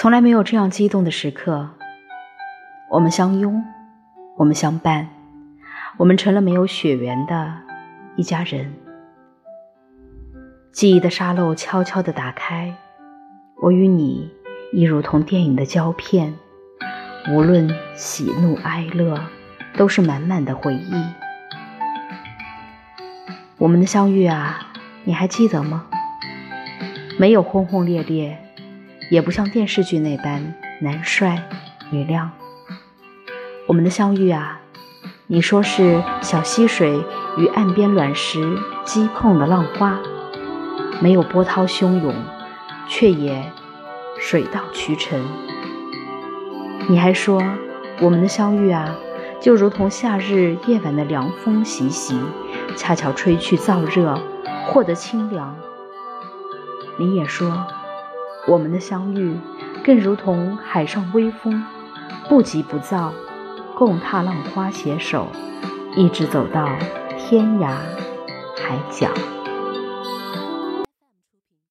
从来没有这样激动的时刻。我们相拥，我们相伴，我们成了没有血缘的一家人。记忆的沙漏悄悄地打开，我与你亦如同电影的胶片，无论喜怒哀乐，都是满满的回忆。我们的相遇啊，你还记得吗？没有轰轰烈烈，也不像电视剧那般男帅女靓。我们的相遇啊，你说是小溪水与岸边卵石击碰的浪花，没有波涛汹涌，却也水到渠成。你还说我们的相遇啊，就如同夏日夜晚的凉风习习，恰巧吹去燥热，获得清凉。你也说我们的相遇更如同海上微风，不急不躁，共踏浪花携手，一直走到天涯海角。